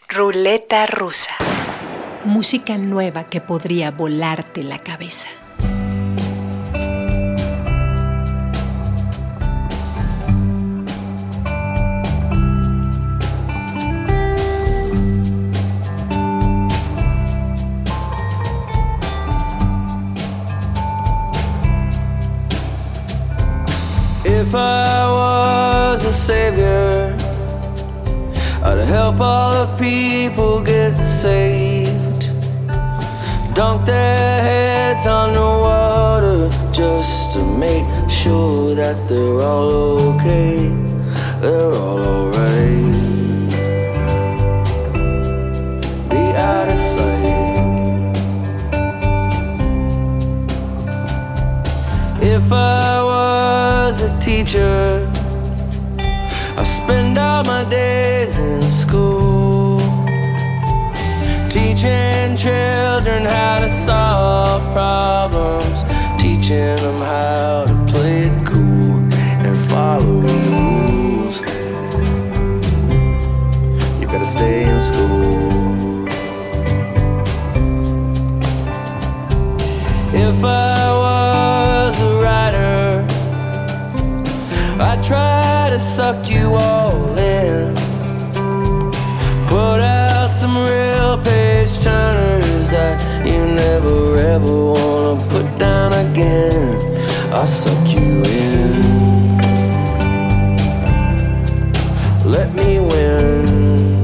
Ruleta rusa. Música nueva que podría volarte la cabeza. If I was a savior, I'd help all the people get saved. Dunk their heads underwater just to make sure that they're all okay. They're all alright. Be out of sight. If I was a teacher, I spend all my days in school, teaching children how to solve problems, teaching them how to play it cool and follow the rules. You gotta stay in school. If I was a writer, I'd try to suck you all in, put out some real page turners that you never ever wanna put down again. I'll suck you in. Let me win.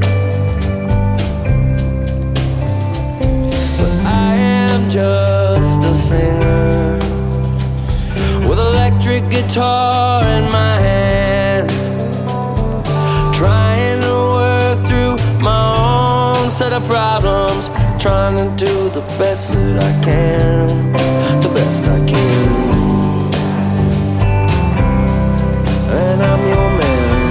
But I am just a singer with electric guitar in my hands, trying to work through my own set of problems, trying to do the best that I can, the best I can. And I'm your man.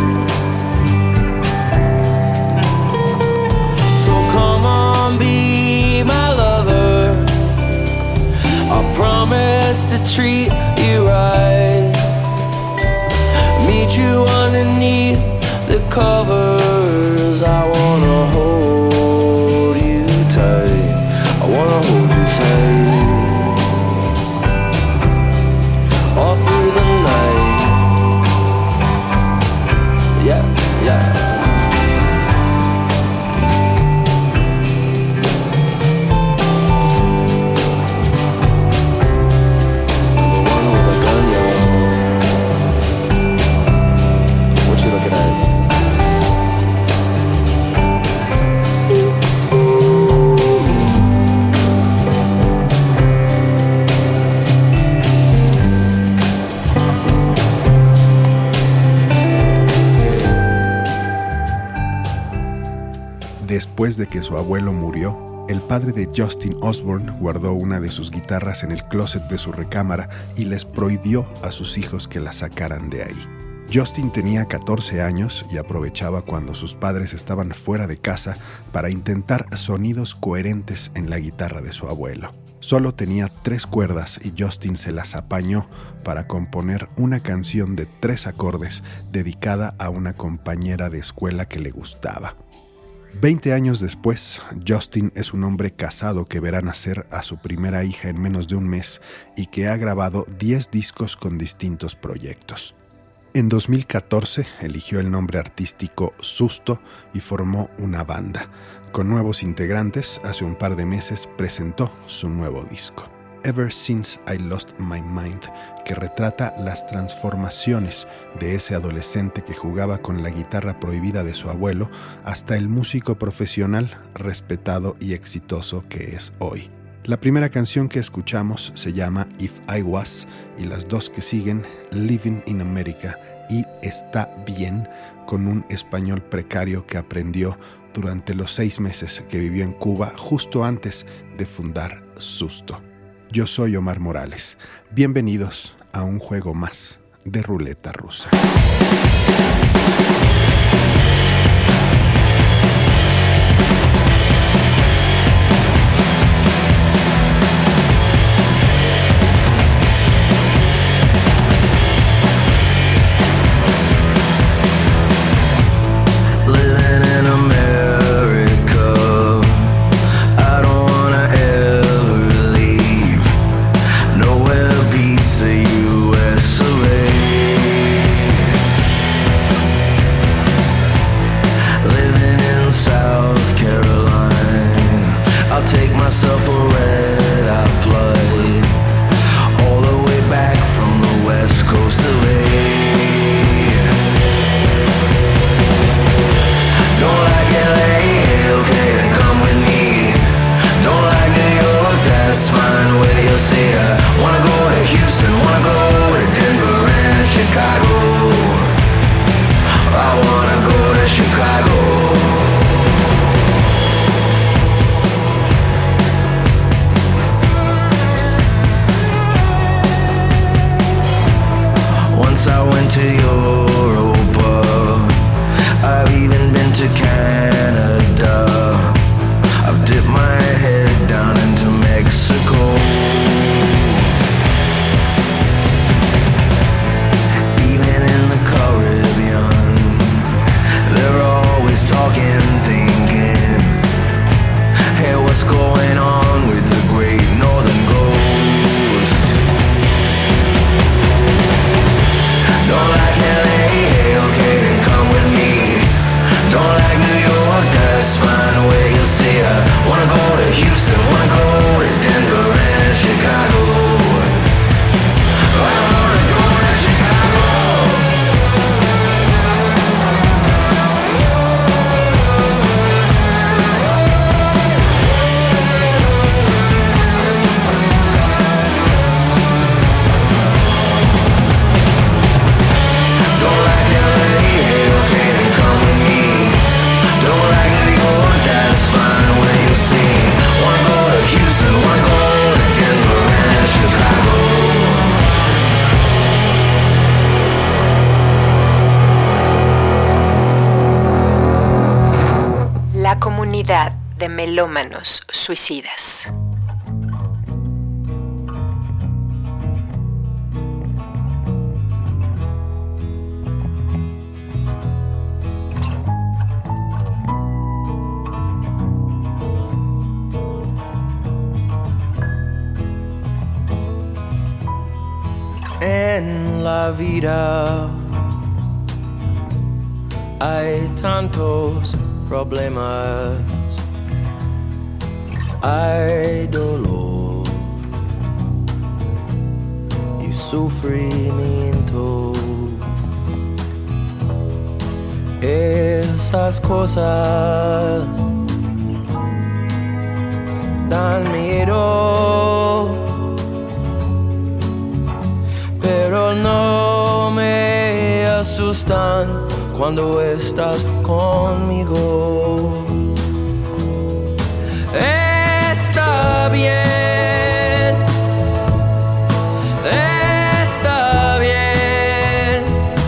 So come on, be my lover. I promise to treat you right, meet you underneath the covers. I wanna hold you tight, I wanna hold you tight, all through the night. Yeah, yeah. Después de que su abuelo murió, el padre de Justin Osborne guardó una de sus guitarras en el closet de su recámara y les prohibió a sus hijos que la sacaran de ahí. Justin tenía 14 años y aprovechaba cuando sus padres estaban fuera de casa para intentar sonidos coherentes en la guitarra de su abuelo. Solo tenía 3 cuerdas y Justin se las apañó para componer una canción de 3 acordes dedicada a una compañera de escuela que le gustaba. 20 años después, Justin es un hombre casado que verá nacer a su primera hija en menos de un mes y que ha grabado 10 discos con distintos proyectos. En 2014 eligió el nombre artístico Susto y formó una banda. Con nuevos integrantes, hace un par de meses presentó su nuevo disco, Ever Since I Lost My Mind, que retrata las transformaciones de ese adolescente que jugaba con la guitarra prohibida de su abuelo hasta el músico profesional, respetado y exitoso que es hoy. La primera canción que escuchamos se llama If I Was y las 2 que siguen Living in America y Está Bien, con un español precario que aprendió durante los 6 meses que vivió en Cuba justo antes de fundar Susto. Yo soy Omar Morales. Bienvenidos a un juego más de Ruleta Rusa. Living in America. just find a way, you'll see her. Wanna go to Houston, wanna go to Denver and Chicago. I wanna go to Chicago. Don't like LA, hey, okay, then come with me. Don't like New York, that's fine, where you see. Wanna go to Houston, wanna go to Denver and Chicago. La comunidad de melómanos suicidas. En la vida hay tantos problemas, hay dolor y sufrimiento. Esas cosas dan miedo, pero no me asustan cuando estás conmigo. Está bien, está bien.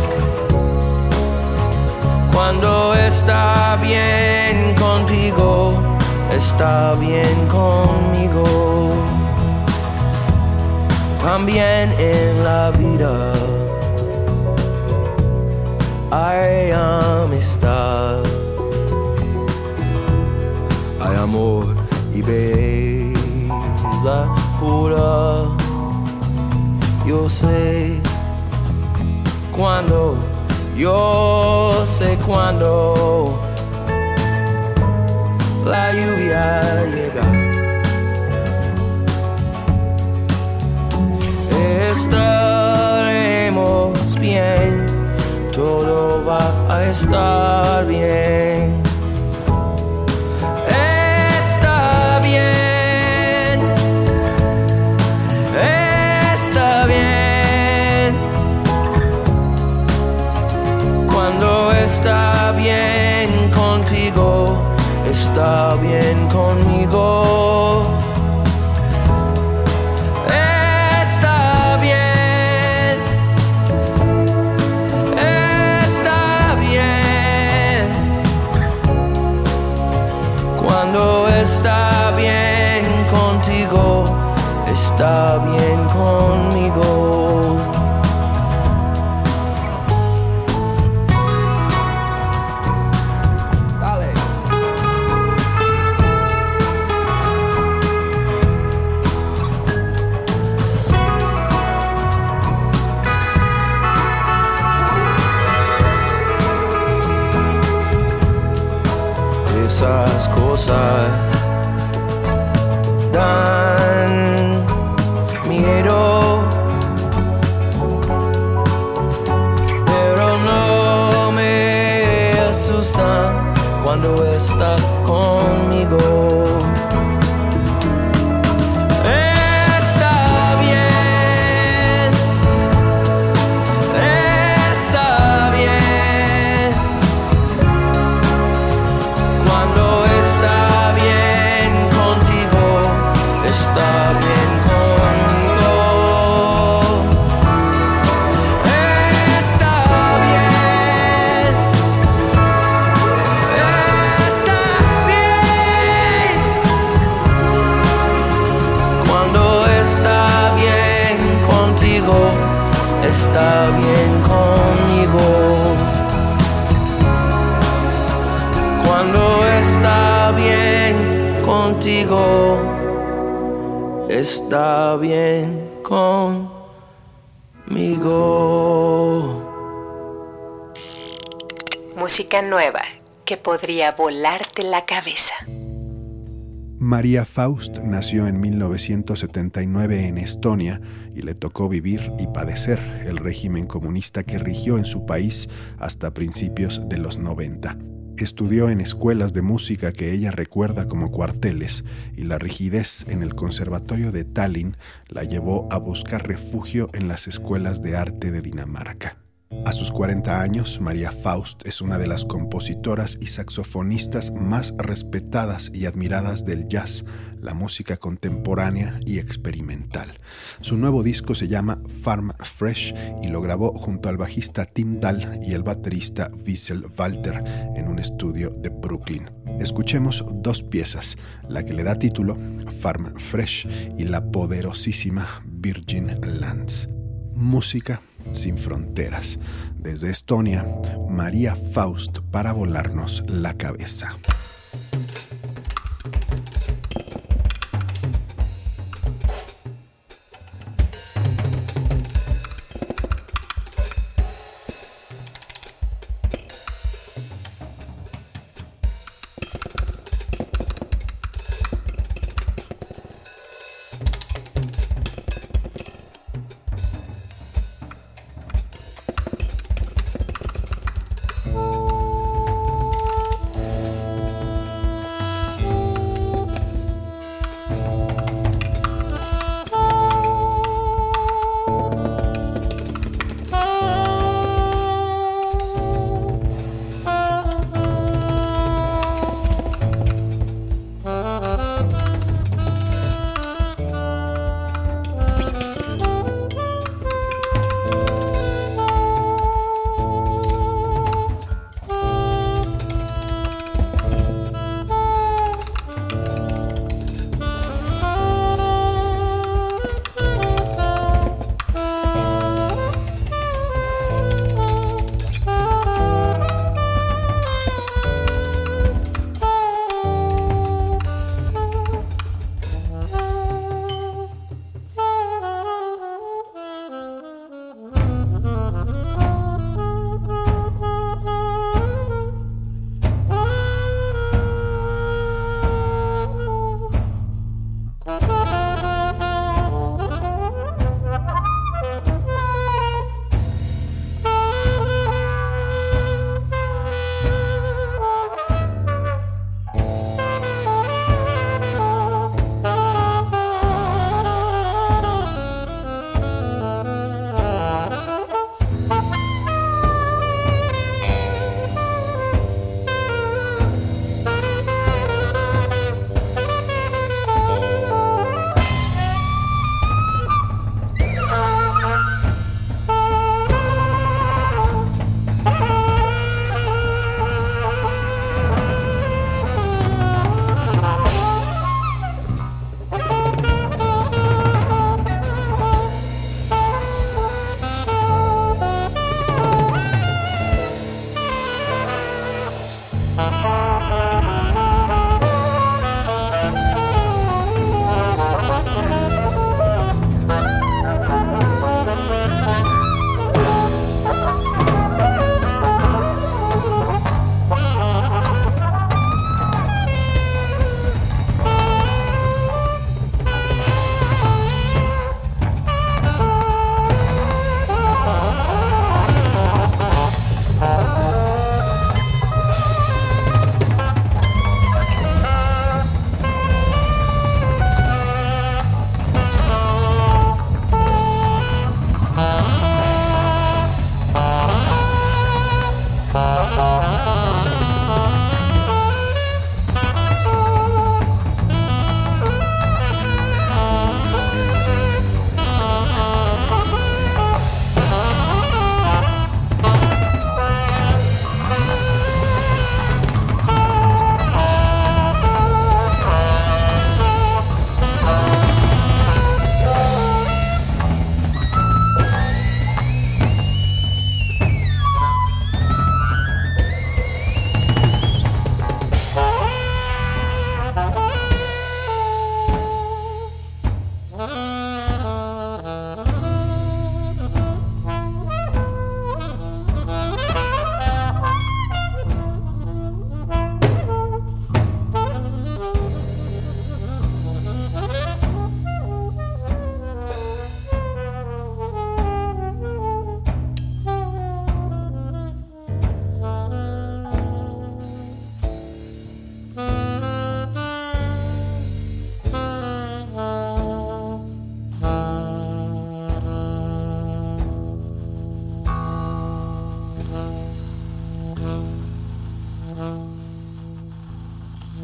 Cuando está bien contigo, está bien conmigo. También en la vida hay amistad, hay amor y belleza pura. Yo sé cuándo, yo sé cuándo la lluvia llega. Estaremos bien, todo va a estar bien. Está bien, está bien. Cuando está bien contigo, está bien conmigo. Está bien contigo, está bien conmigo. Dale. Esas cosas dan miedo, pero no me asustan cuando estás conmigo. Está bien, está bien. Cuando está bien contigo, está bien conmigo. Está bien, está bien. Cuando está bien contigo, está bien conmigo. Cuando está bien contigo, está bien conmigo. Música nueva que podría volarte la cabeza. María Faust nació en 1979 en Estonia y le tocó vivir y padecer el régimen comunista que rigió en su país hasta principios de los 90. Estudió en escuelas de música que ella recuerda como cuarteles y la rigidez en el Conservatorio de Tallinn la llevó a buscar refugio en las escuelas de arte de Dinamarca. A sus 40 años, María Faust es una de las compositoras y saxofonistas más respetadas y admiradas del jazz, la música contemporánea y experimental. Su nuevo disco se llama Farm Fresh y lo grabó junto al bajista Tim Dahl y el baterista Wiesel Walter en un estudio de Brooklyn. Escuchemos dos piezas, la que le da título, Farm Fresh, y la poderosísima Virgin Lands. Música sin fronteras. Desde Estonia, María Faust para volarnos la cabeza.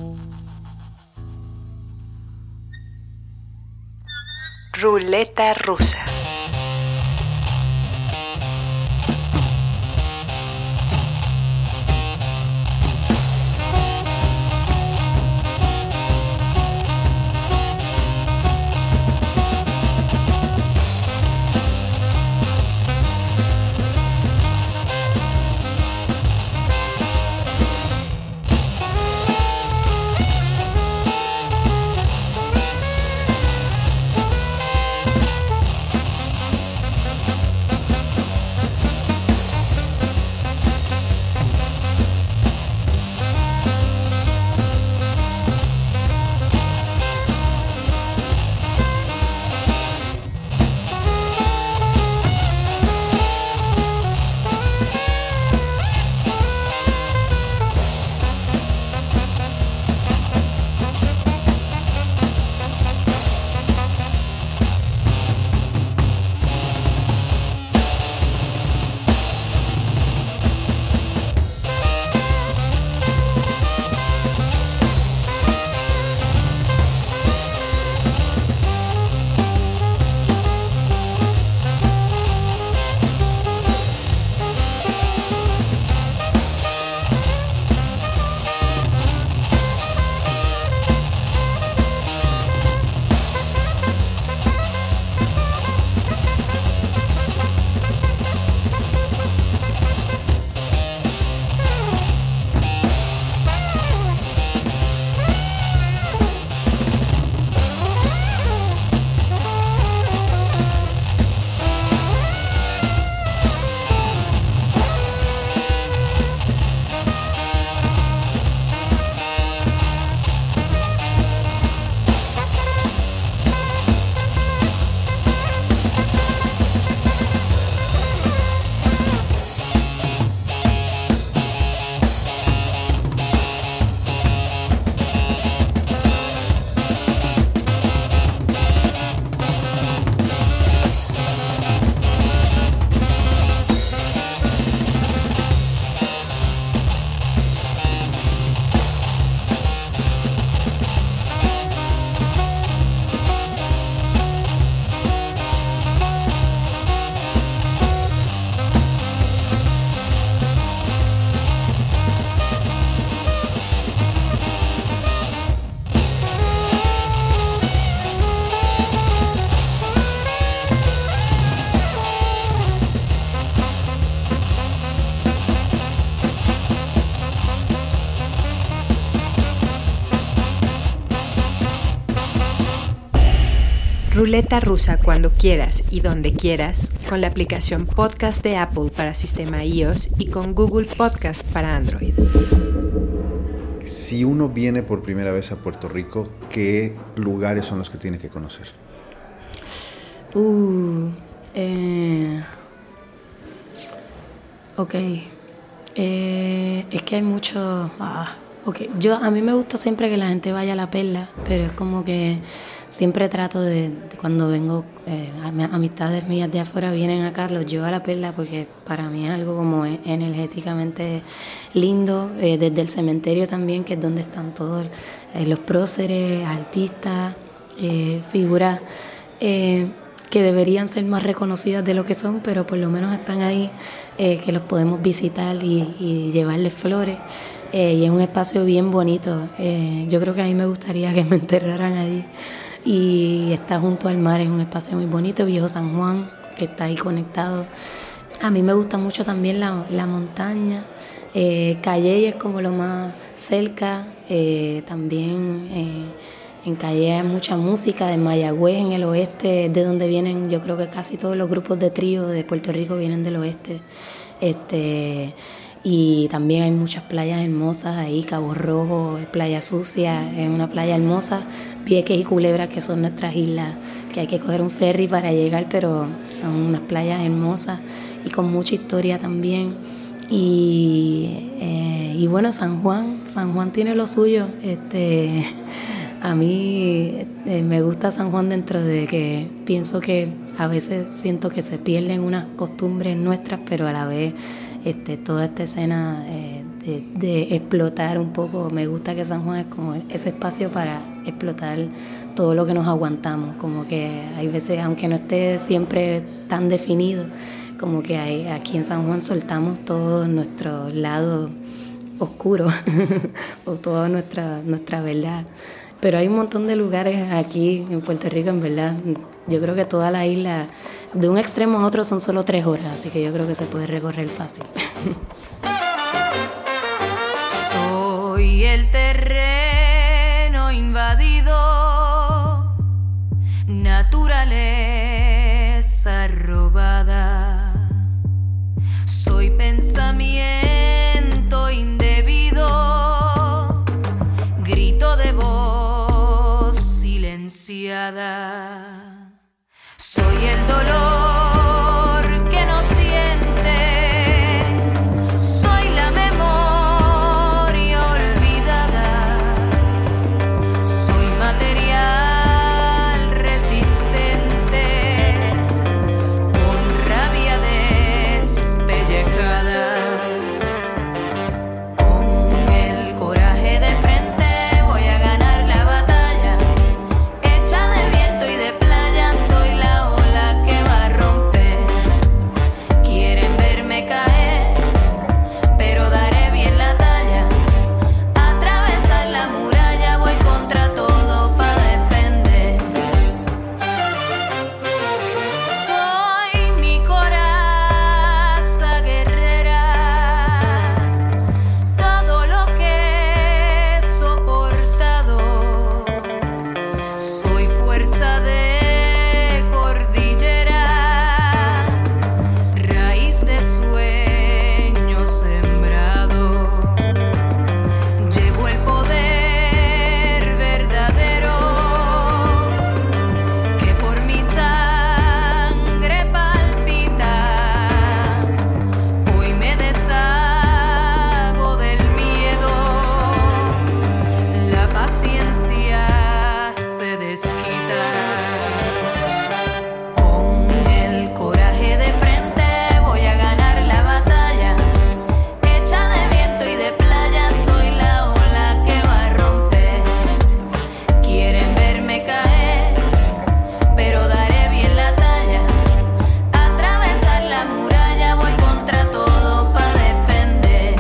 Ruleta rusa. Ruleta rusa cuando quieras y donde quieras con la aplicación Podcast de Apple para sistema iOS y con Google Podcast para Android. Si uno viene por primera vez a Puerto Rico, ¿qué lugares son los que tiene que conocer? Ok. Es que hay mucho... a mí me gusta siempre que la gente vaya a La Perla, pero es como que siempre trato de cuando vengo, amistades mías de afuera vienen acá, los llevo a La Perla porque para mí es algo como energéticamente lindo, desde el cementerio también, que es donde están todos los próceres, artistas, figuras que deberían ser más reconocidas de lo que son, pero por lo menos están ahí, que los podemos visitar y llevarles flores. Y es un espacio bien bonito. Yo creo que a mí me gustaría que me enterraran allí. Y está junto al mar, es un espacio muy bonito. Viejo San Juan, que está ahí conectado. A mí me gusta mucho también la montaña. Calley es como lo más cerca. También en Calley hay mucha música. De Mayagüez, en el oeste, de donde vienen, yo creo que casi todos los grupos de trío de Puerto Rico vienen del oeste. Y también hay muchas playas hermosas ahí, Cabo Rojo, Playa Sucia, es una playa hermosa, Vieques y Culebra, que son nuestras islas, que hay que coger un ferry para llegar, pero son unas playas hermosas y con mucha historia también. Y bueno, San Juan tiene lo suyo. A mí me gusta San Juan dentro de que pienso que a veces siento que se pierden unas costumbres nuestras, pero a la vez toda esta escena de explotar un poco. Me gusta que San Juan es como ese espacio para explotar todo lo que nos aguantamos, como que hay veces, aunque no esté siempre tan definido, como que aquí en San Juan soltamos todo nuestro lado oscuro o toda nuestra verdad. Pero hay un montón de lugares aquí en Puerto Rico, en verdad. Yo creo que toda la isla, de un extremo a otro, son solo 3 horas, así que yo creo que se puede recorrer fácil. Soy el terreno invadido, naturaleza robada. Soy pensamiento indebido, grito de voz silenciada. Soy el dolor que no siente, soy la memoria olvidada, soy material resistente, con rabia despellejada. Con el coraje de frente voy a ganar la batalla, hecha de viento y de playa, soy la ola que va a romper. Quieren verme caer, pero daré bien la talla. Atravesar la muralla, voy contra todo pa' defender. Soy mi coraza guerrera, todo lo que he soportado. Soy fuerza de cordillera, raíz de sueño sembrado. Llevo el poder verdadero que por mi sangre palpita. Hoy me deshago del miedo, la paciencia se desquita. Con el coraje de frente voy a ganar la batalla, hecha de viento y de playa, soy la ola que va a romper. Quieren verme caer, pero daré bien la talla. Atravesar la muralla, voy contra todo pa' defender.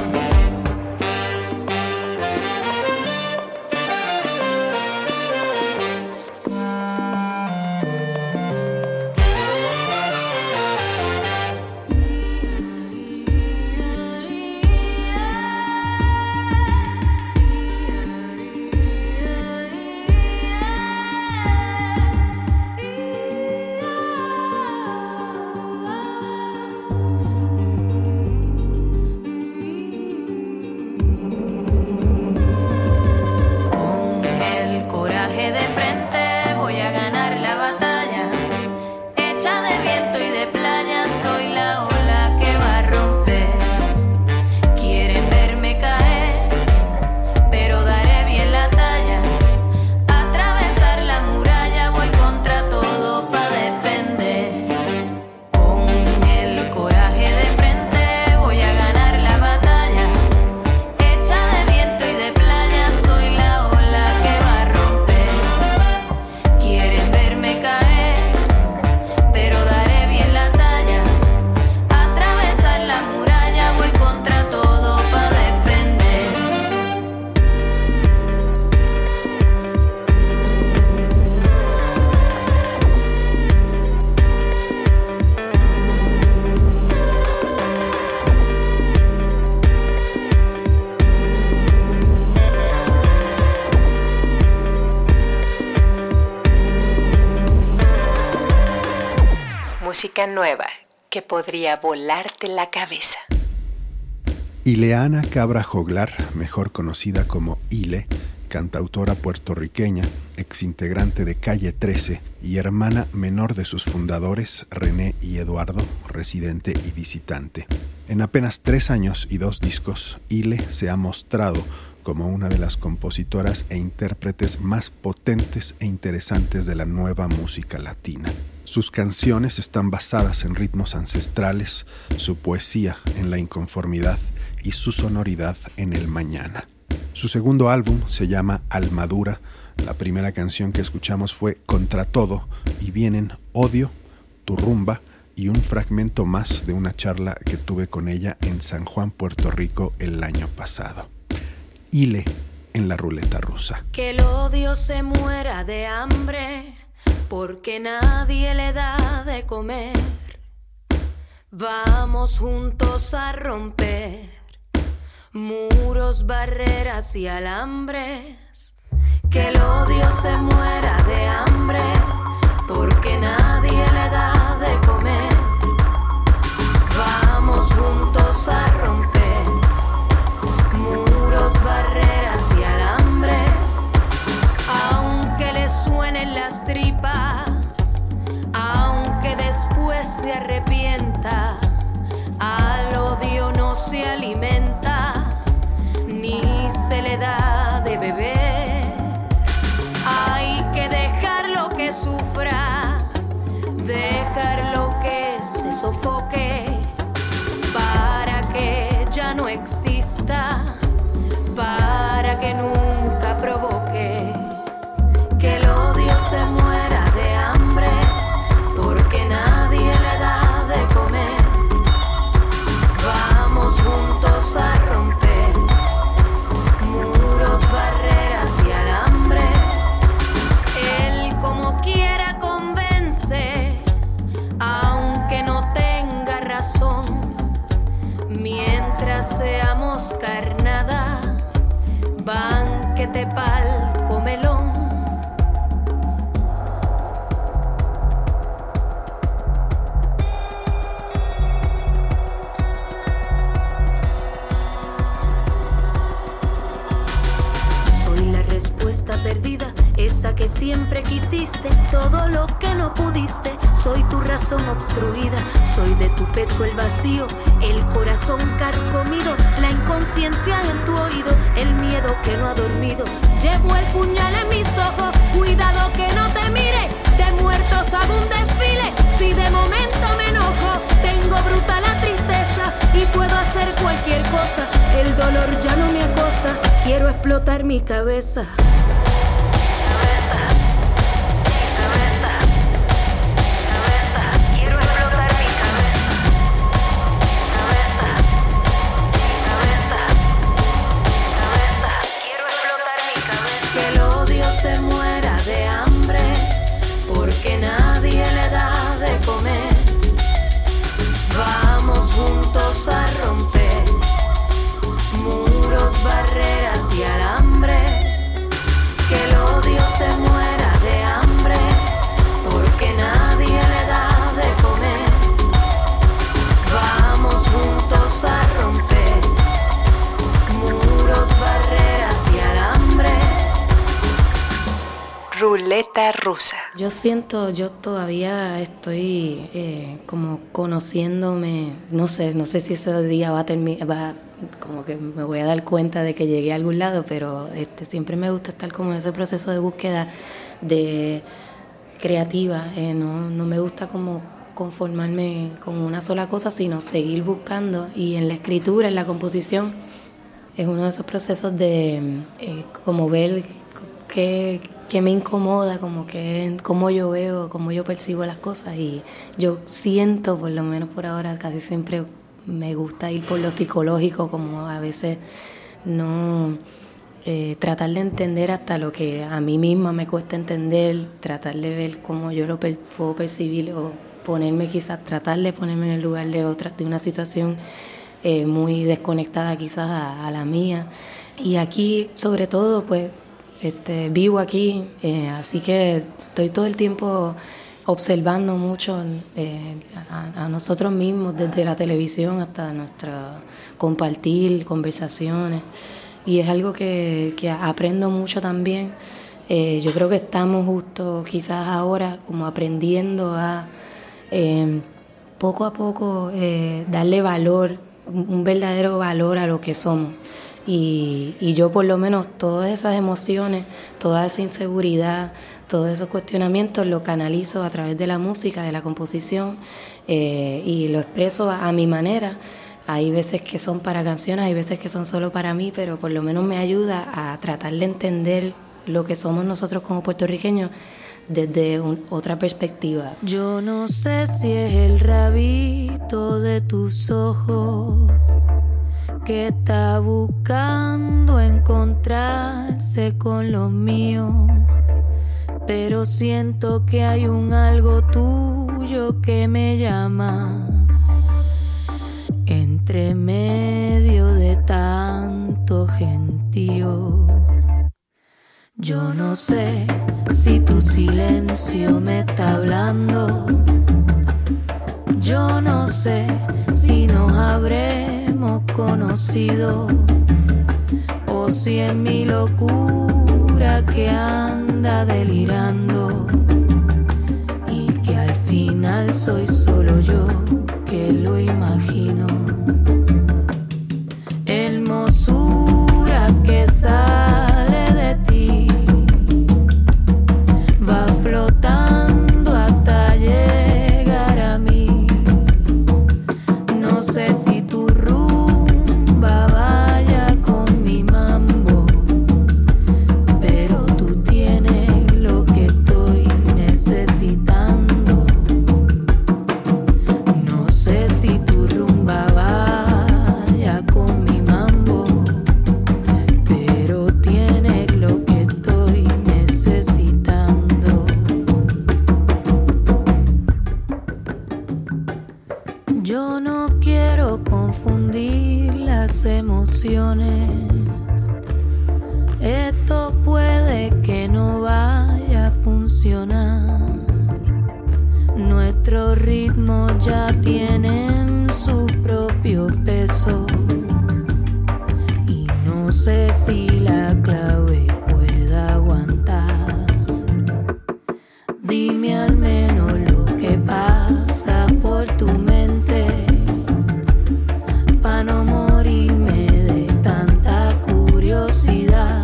Con el coraje de frente voy a ganar la batalla, hecha de viento y de playa, soy la ola que va a romper. Quieren verme caer, pero daré bien la talla. Atravesar la muralla, voy contra todo pa' defender. Con el coraje de frente voy a ganar la batalla, hecha de viento y de playa, soy la ola que va a romper. Quieren verme caer, pero daré bien la talla. Atravesar la muralla, voy contra todo pa' defender. Música nueva que podría volarte la cabeza. Ileana Cabra Joglar, mejor conocida como Ile, cantautora puertorriqueña, exintegrante de Calle 13 y hermana menor de sus fundadores, René y Eduardo, residente y visitante. En apenas 3 años y 2 discos, Ile se ha mostrado como una de las compositoras e intérpretes más potentes e interesantes de la nueva música latina. Sus canciones están basadas en ritmos ancestrales, su poesía en la inconformidad y su sonoridad en el mañana. Su segundo álbum se llama Almadura. La primera canción que escuchamos fue Contra Todo y vienen Odio, Tu Rumba y un fragmento más de una charla que tuve con ella en San Juan, Puerto Rico el año pasado. Hile en la ruleta rusa. Que el odio se muera de hambre porque nadie le da de comer. Vamos juntos a romper muros, barreras y alambres. Que el odio se muera de hambre porque nadie le da de comer. Vamos juntos a romper muros, barreras y alambres. Aunque le suenen las tripas, aunque después se arrepienta, al odio no se alimenta ni se le da de beber. Hay que dejarlo que sufra, dejarlo que se sofoque, para que ya no exista, para que nunca provoque. Que el odio se muera de hambre porque nadie le da de comer. Vamos juntos a romper muros, barreras y alambres. Él como quiera convence, aunque no tenga razón. Mientras seamos carnada, banquete pa'l comelón. Perdida, esa que siempre quisiste, todo lo que no pudiste. Soy tu razón obstruida, soy de tu pecho el vacío, el corazón carcomido, la inconsciencia en tu oído, el miedo que no ha dormido. Llevo el puñal en mis ojos, cuidado que no te mire, de muertos hago un desfile. Si de momento me enojo, tengo bruta la tristeza y puedo hacer cualquier cosa. El dolor ya no me acosa, quiero explotar mi cabeza. Quiero explotar mi cabeza. Quiero explotar mi cabeza. Que el odio se muera de hambre porque nadie le da de comer. Vamos juntos a romper muros, barreras y alambres. Que el odio se muera de hambre porque nadie le da de comer. Vamos juntos a romper muros, barreras y alambres. Ruleta rusa. Yo todavía estoy como conociéndome, no sé si ese día va a terminar, como que me voy a dar cuenta de que llegué a algún lado, pero siempre me gusta estar como en ese proceso de búsqueda de creativa. No me gusta como conformarme con una sola cosa, sino seguir buscando. Y en la escritura, en la composición, es uno de esos procesos de como ver qué me incomoda, como que cómo yo veo, cómo yo percibo las cosas. Y yo siento, por lo menos por ahora, casi siempre me gusta ir por lo psicológico, como a veces no tratar de entender hasta lo que a mí misma me cuesta entender, tratar de ver cómo yo lo puedo percibir o tratar de ponerme en el lugar de una situación muy desconectada quizás a la mía. Y aquí, sobre todo, pues vivo aquí, así que estoy todo el tiempo observando mucho a nosotros mismos, desde la televisión hasta nuestro compartir, conversaciones, y es algo que aprendo mucho también. Yo creo que estamos justo quizás ahora como aprendiendo a poco a poco darle valor, un verdadero valor a lo que somos. Y yo por lo menos todas esas emociones, toda esa inseguridad, todos esos cuestionamientos lo canalizo a través de la música, de la composición, y lo expreso a mi manera, Hay veces que son para canciones, hay veces que son solo para mí, pero por lo menos me ayuda a tratar de entender lo que somos nosotros como puertorriqueños desde otra perspectiva. Yo no sé si es el rabito de tus ojos que está buscando encontrarse con los míos, pero siento que hay un algo tuyo que me llama entre medio de tanto gentío. Yo no sé si tu silencio me está hablando. Yo no sé si nos habremos conocido o si es mi locura que anda delirando y que al final soy solo yo que lo imagino. Hermosura que sale de ti, va flotando hasta llegar a mí. No sé si tu rumba vaya con mi mambo, pero tú tienes lo que estoy necesitando. No sé si tu rumba vaya con mi mambo, pero tienes lo que estoy necesitando. Yo no quiero confundir las emociones. Esto puede que no vaya a funcionar. Nuestros ritmos ya tienen su propio peso y no sé si la clave pueda aguantar. Dime al menos lo que pasa por tu mente pa' no morirme de tanta curiosidad.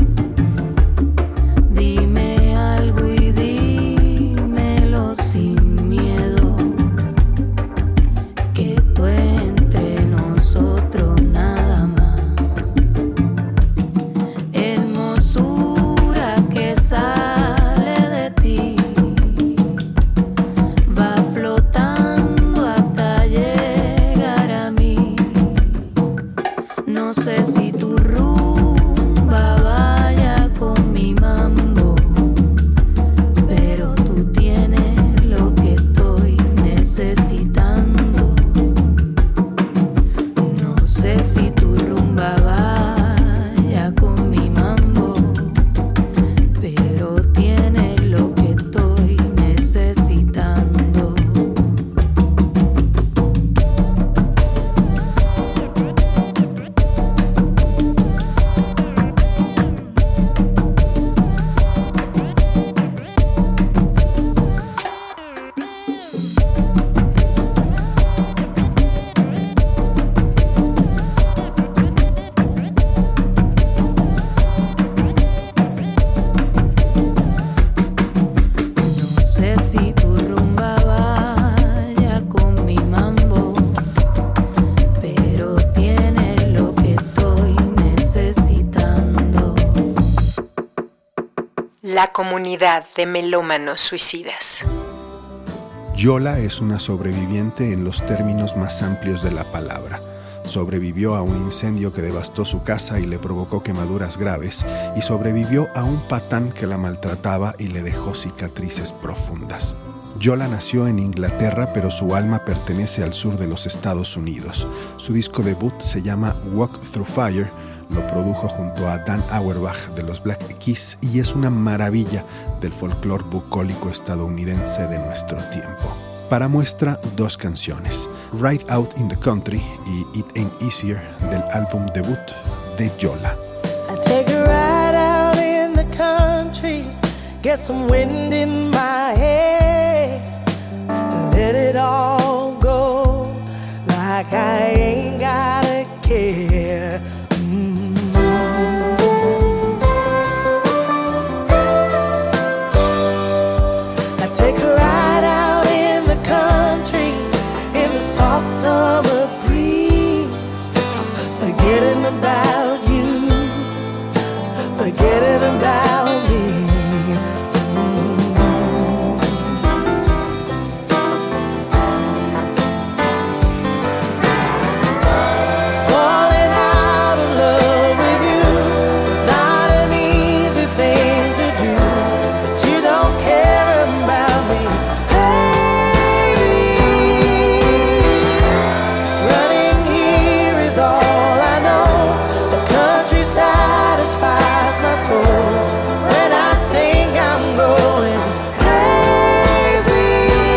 Dime algo y dímelo sin miedo, que esto es entre nosotros nada más. Hermosura que sale de ti, va flotando hasta llegar a mí. No sé si tu rumba vaya con mi mambo, pero tú tienes lo que estoy necesitando. No sé si tu rumba vaya con mi mambo, pero tienes lo que estoy necesitando. No sé si tu rumba vaya con mi mambo, pero tienes lo que estoy necesitando. La comunidad de melómanos suicidas. Yola es una sobreviviente en los términos más amplios de la palabra. Sobrevivió a un incendio que devastó su casa y le provocó quemaduras graves, y sobrevivió a un patán que la maltrataba y le dejó cicatrices profundas. Yola nació en Inglaterra, pero su alma pertenece al sur de los Estados Unidos. Su disco debut se llama Walk Through Fire, lo produjo junto a Dan Auerbach de los Black Keys y es una maravilla del folclore bucólico estadounidense de nuestro tiempo. Para muestra, dos canciones, Ride Out in the Country y It Ain't Easier del álbum debut de Yola. I take a ride out in the country, get some wind in my hair, let it all go like I ain't gotta care. I take a ride out in the country in the soft summer breeze. forgetting about you, forgetting about me. Falling out of love with you was not an easy thing to do, but you don't care about me, baby. Running here is all I know. The country satisfies my soul when I think I'm going crazy.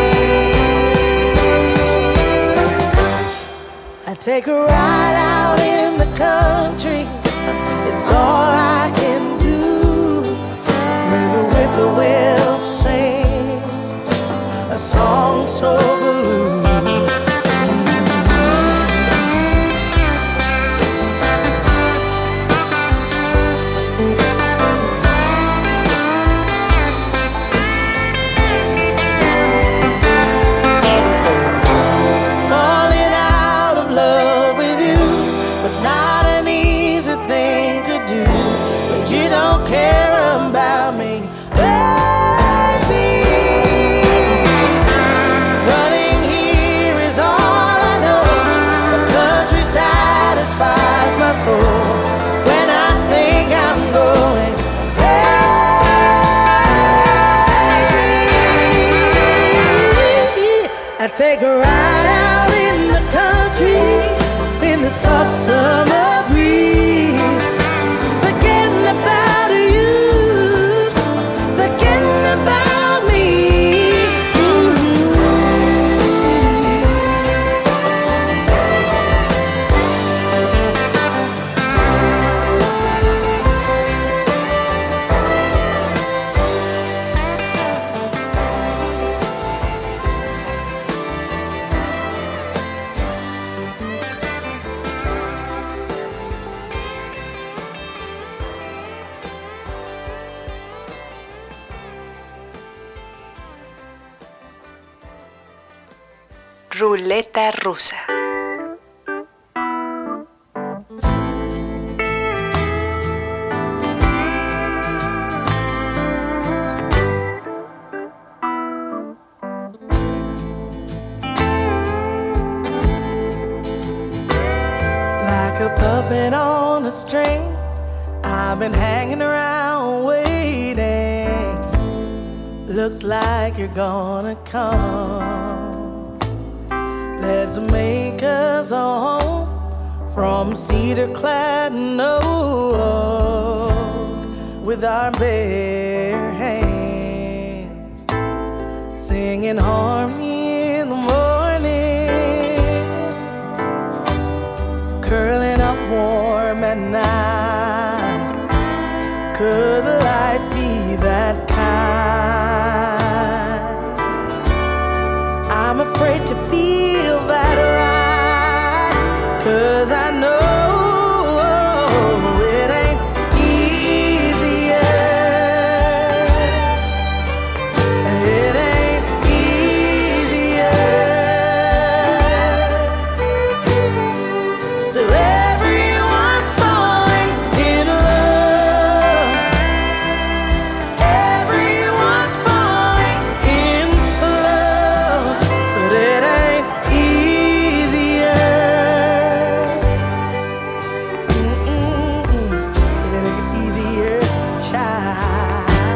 I take a ride out in the country, it's all I can do, where the whippoorwill sings a song so blue. Falling out of love with you was not an easy thing to do, but you don't care about me, baby. Running here is all I know. The country satisfies my soul when I think I'm going crazy. I take a ride out in the country in the soft summer breeze, forgetting about you, forgetting about me. Ruleta rusa. Like a puppet on a string, I've been hanging around waiting. Looks like you're gonna come. Let's make us a home from cedar-clad oak with our bare hands, singing harmony in the morning, curling up warm at night. Could life be that kind? I'm afraid to feel that right, 'cause I know it ain't easier. It ain't easier. Still everyone's falling in love. Everyone's falling in love, but it ain't easier. It ain't easier, child.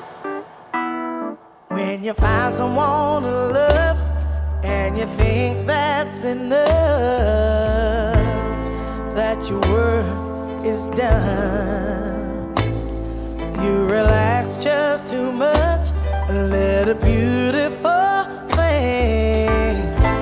When you find someone to love and you think that's enough, that your work is done, you relax just too much and let a beautiful thing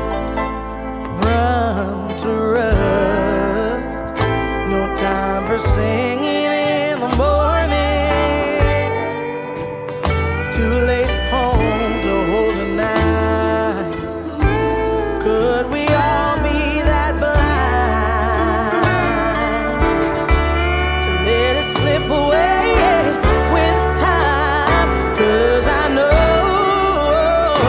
run to rust. No time for singing in the morning, too late home to hold a night. Could we all be that blind to let it slip away with time? 'Cause I know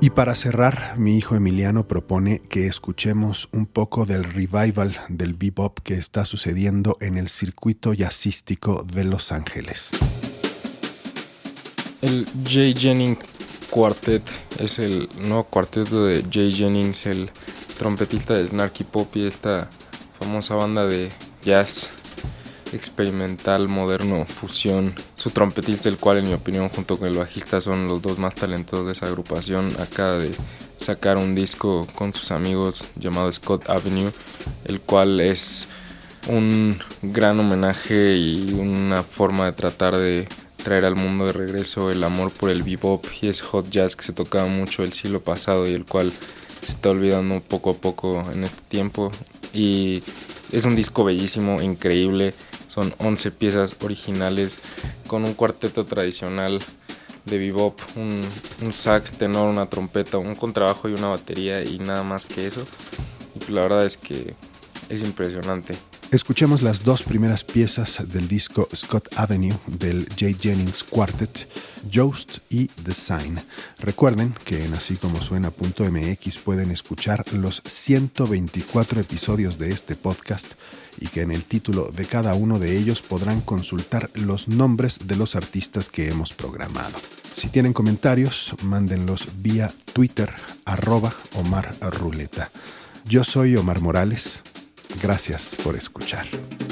Y para cerrar, mi hijo Emiliano propone que escuchemos un poco del revival del bebop que está sucediendo en el circuito jazzístico de Los Ángeles. El Jay Jennings Quartet es el nuevo cuarteto de Jay Jennings, el trompetista de Snarky Puppy, esta famosa banda de jazz experimental, moderno, fusión. Su trompetista, el cual en mi opinión junto con el bajista son los dos más talentosos de esa agrupación, acaba de sacar un disco con sus amigos llamado Scott Avenue, el cual es un gran homenaje y una forma de tratar de traer al mundo de regreso el amor por el bebop y ese hot jazz que se tocaba mucho el siglo pasado y el cual se está olvidando poco a poco en este tiempo. Y es un disco bellísimo, increíble. Son 11 piezas originales con un cuarteto tradicional de bebop, un sax tenor, una trompeta, un contrabajo y una batería y nada más que eso. Y pues la verdad es que es impresionante. Escuchemos las dos primeras piezas del disco Scott Avenue del Jay Jennings Quartet, Joust y The Sign. Recuerden que en asícomosuena.mx pueden escuchar los 124 episodios de este podcast y que en el título de cada uno de ellos podrán consultar los nombres de los artistas que hemos programado. Si tienen comentarios, mándenlos vía Twitter, @OmarRuleta. Yo soy Omar Morales. Gracias por escuchar.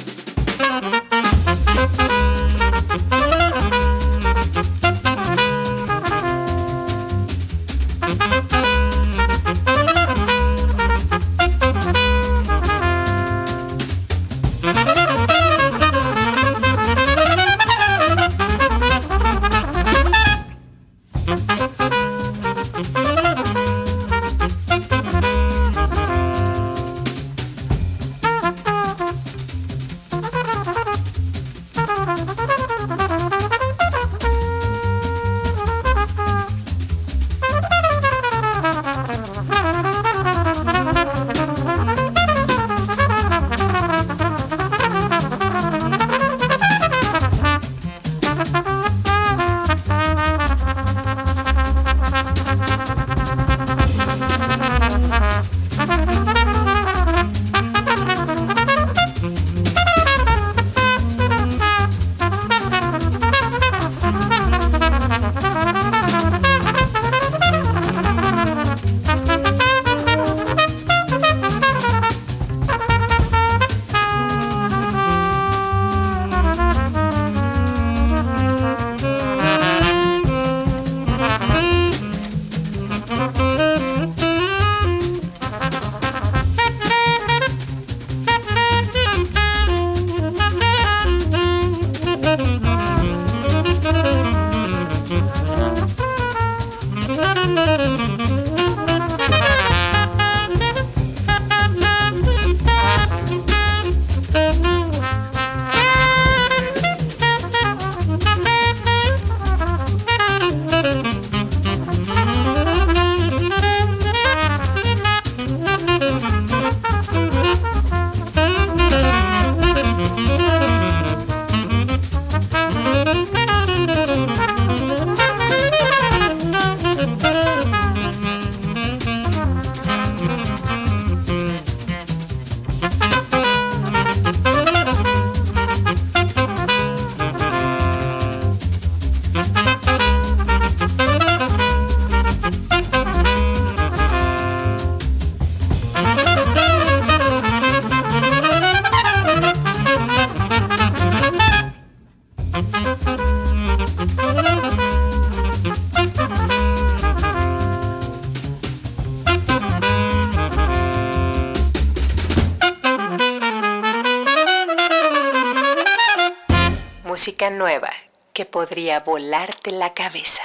Música nueva que podría volarte la cabeza.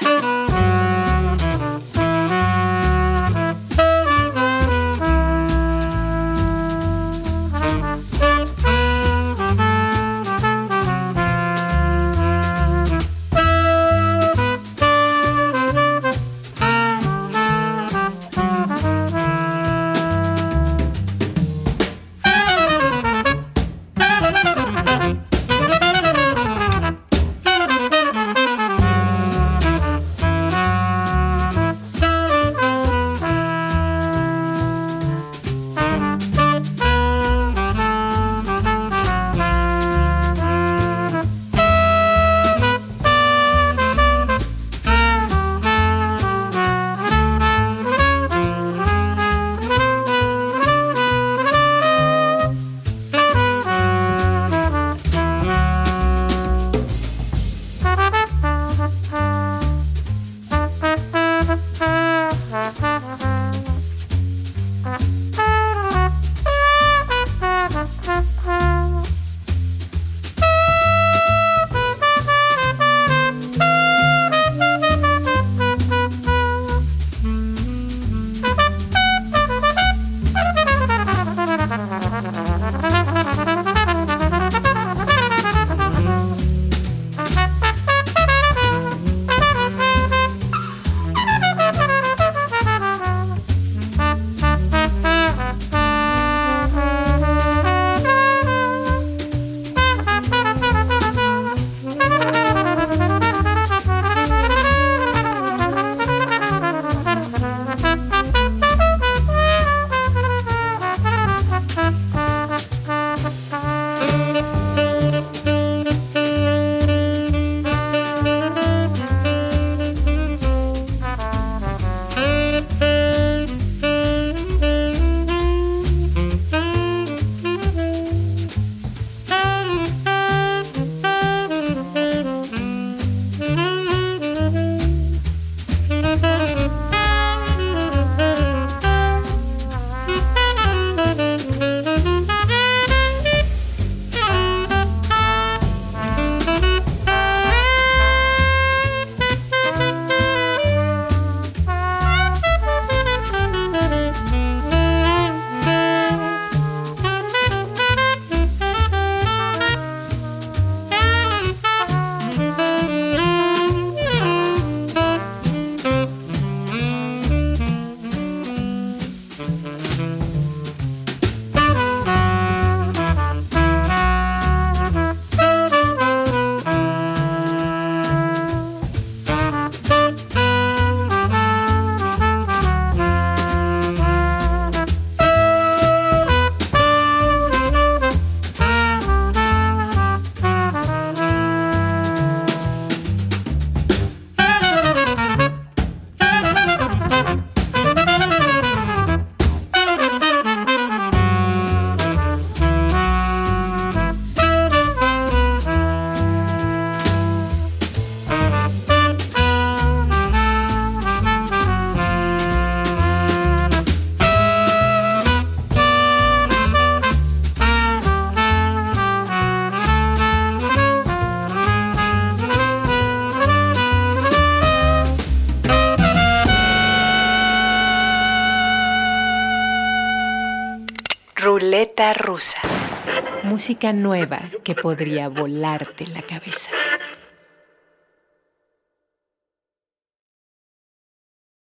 Ruleta rusa. Música nueva que podría volarte la cabeza.